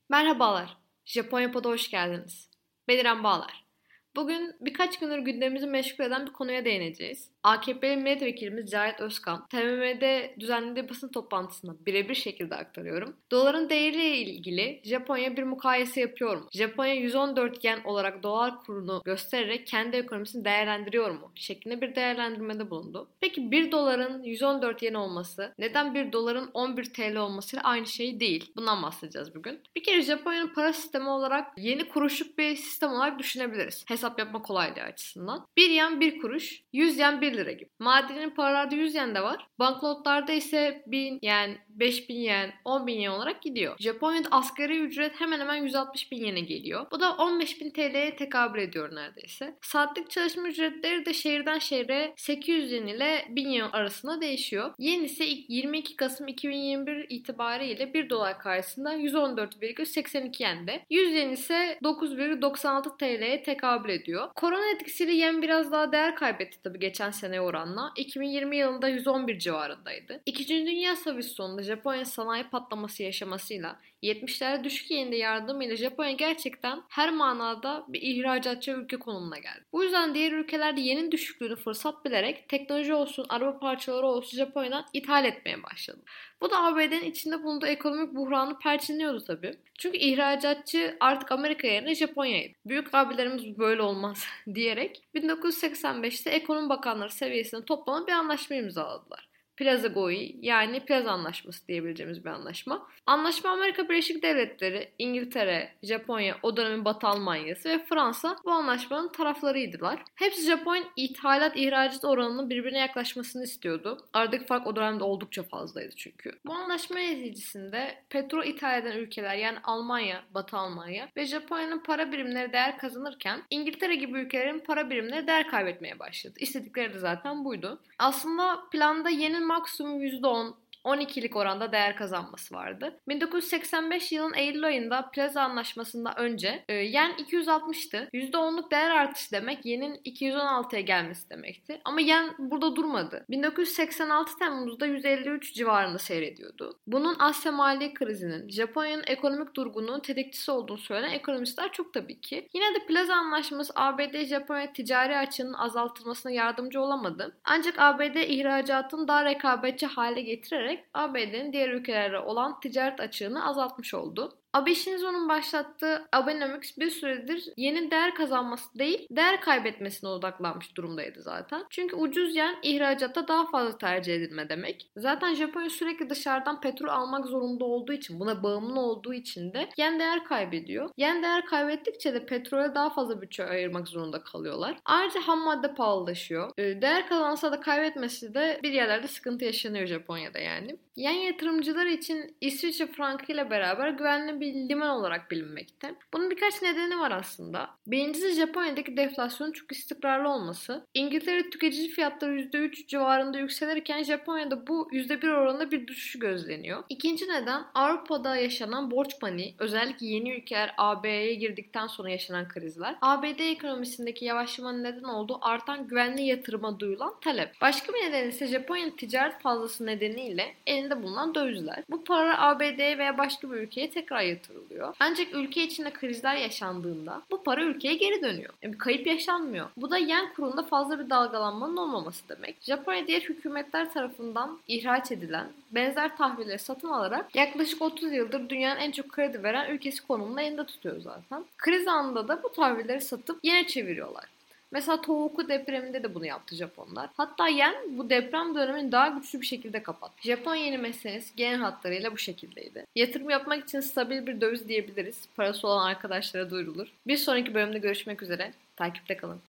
Merhabalar, Japonya Pod'a hoş geldiniz. Ben İrem Bağlar. Bugün birkaç gündür gündemimizi meşgul eden bir konuya değineceğiz. AKP'li milletvekilimiz Cahit Özkan, TMM'de düzenlediği basın toplantısında birebir şekilde aktarıyorum. Doların değeriyle ilgili Japonya bir mukayese yapıyor mu? Japonya 114 yen olarak dolar kurunu göstererek kendi ekonomisini değerlendiriyor mu? Şeklinde bir değerlendirmede bulundu. Peki 1 doların 114 yen olması, neden 1 doların 11 TL olmasıyla aynı şey değil? Bundan bahsedeceğiz bugün. Bir kere Japonya'nın para sistemi olarak yeni kuruşluk bir sistem olarak düşünebiliriz. Hesap yapma kolaylığı açısından. 1 yen 1 kuruş, 100 yen 1 lira gibi. Madeni paralarda 100 yen de var. Banknotlarda ise 1000 yen, 5000 yen, 10.000 yen olarak gidiyor. Japonya'da asgari ücret hemen hemen 160 bin yene geliyor. Bu da 15.000 TL'ye tekabül ediyor neredeyse. Saatlik çalışma ücretleri de şehirden şehre 800 yen ile 1000 yen arasında değişiyor. Yen ise 22 Kasım 2021 itibariyle 1 dolar karşısında 114,82 yende. 100 yen ise 9,96 TL'ye tekabül ediyor. Korona etkisiyle yen biraz daha değer kaybetti tabii geçen seneye oranla. 2020 yılında 111 civarındaydı. İkinci Dünya Savaşı sonunda Japonya sanayi patlaması yaşamasıyla 70'lerde düşük yeninde yardımıyla Japonya gerçekten her manada bir ihracatçı ülke konumuna geldi. Bu yüzden diğer ülkelerde yenin düşüklüğünü fırsat bilerek teknoloji olsun, araba parçaları olsun Japonya'dan ithal etmeye başladı. Bu da ABD'nin içinde bulunduğu ekonomik buhranı perçinliyordu tabii. Çünkü ihracatçı artık Amerika yerine Japonya'ydı. Büyük abilerimiz böyle olmaz diyerek 1985'te ekonomi bakanları seviyesinde toplanan bir anlaşma imzaladılar. Plaza GOI yani Plaza Anlaşması diyebileceğimiz bir anlaşma. Anlaşma Amerika Birleşik Devletleri, İngiltere, Japonya, o dönemin Batı Almanya'sı ve Fransa bu anlaşmanın taraflarıydılar. Hepsi Japonya'nın ithalat-ihracat oranının birbirine yaklaşmasını istiyordu. Aradaki fark o dönemde oldukça fazlaydı çünkü. Bu anlaşma neticesinde petrol ithal eden ülkeler yani Almanya, Batı Almanya ve Japonya'nın para birimleri değer kazanırken İngiltere gibi ülkelerin para birimleri değer kaybetmeye başladı. İstedikleri de zaten buydu. Aslında planda yenin maksimum %10, 12'lik oranda değer kazanması vardı. 1985 yılın Eylül ayında Plaza Anlaşması'ndan önce yen 260'tı. %10'luk değer artışı demek yenin 216'ya gelmesi demekti. Ama yen burada durmadı. 1986 Temmuz'da 153 civarında seyrediyordu. Bunun Asya mali krizinin, Japonya'nın ekonomik durgunluğun tetikçisi olduğunu söyleyen ekonomistler çok tabii ki. Yine de Plaza Anlaşması ABD-Japonya ticari açığının azaltılmasına yardımcı olamadı. Ancak ABD ihracatını daha rekabetçi hale getirerek ABD'nin diğer ülkelere olan ticaret açığını azaltmış oldu. Abe Shinzo'nun başlattığı Abenomics bir süredir yeni değer kazanması değil, değer kaybetmesine odaklanmış durumdaydı zaten. Çünkü ucuz yen ihracatta daha fazla tercih edilme demek. Zaten Japonya sürekli dışarıdan petrol almak zorunda olduğu için, buna bağımlı olduğu için de yen değer kaybediyor. Yen değer kaybettikçe de petrole daha fazla bütçe ayırmak zorunda kalıyorlar. Ayrıca ham madde pahalılaşıyor. Değer kazansa da kaybetmesi de bir yerlerde sıkıntı yaşanıyor Japonya'da yani. Yen yatırımcılar için İsviçre frankı ile beraber güvenli bir liman olarak bilinmekte. Bunun birkaç nedeni var aslında. Birincisi Japonya'daki deflasyonun çok istikrarlı olması. İngiltere tüketici fiyatları %3 civarında yükselirken Japonya'da bu %1 oranında bir düşüş gözleniyor. İkinci neden Avrupa'da yaşanan borç paniği, özellikle yeni ülkeler AB'ye girdikten sonra yaşanan krizler. ABD ekonomisindeki yavaşlamanın neden olduğu artan güvenli yatırıma duyulan talep. Başka bir neden ise Japonya'nın ticaret fazlası nedeniyle elinde bulunan dövizler. Bu para ABD'ye veya başka bir ülkeye tekrar yatırılıyor. Ancak ülke içinde krizler yaşandığında bu para ülkeye geri dönüyor. Bir kayıp yaşanmıyor. Bu da yen kurunda fazla bir dalgalanmanın olmaması demek. Japonya diğer hükümetler tarafından ihraç edilen benzer tahvilleri satın alarak yaklaşık 30 yıldır dünyanın en çok kredi veren ülkesi konumunu elinde tutuyor zaten. Kriz anında da bu tahvilleri satıp yene çeviriyorlar. Mesela Tohoku depreminde de bunu yaptı Japonlar. Hatta yen bu deprem dönemini daha güçlü bir şekilde kapattı. Japon yeni meselesi genel hatlarıyla bu şekildeydi. Yatırım yapmak için stabil bir döviz diyebiliriz. Parası olan arkadaşlara duyurulur. Bir sonraki bölümde görüşmek üzere. Takipte kalın.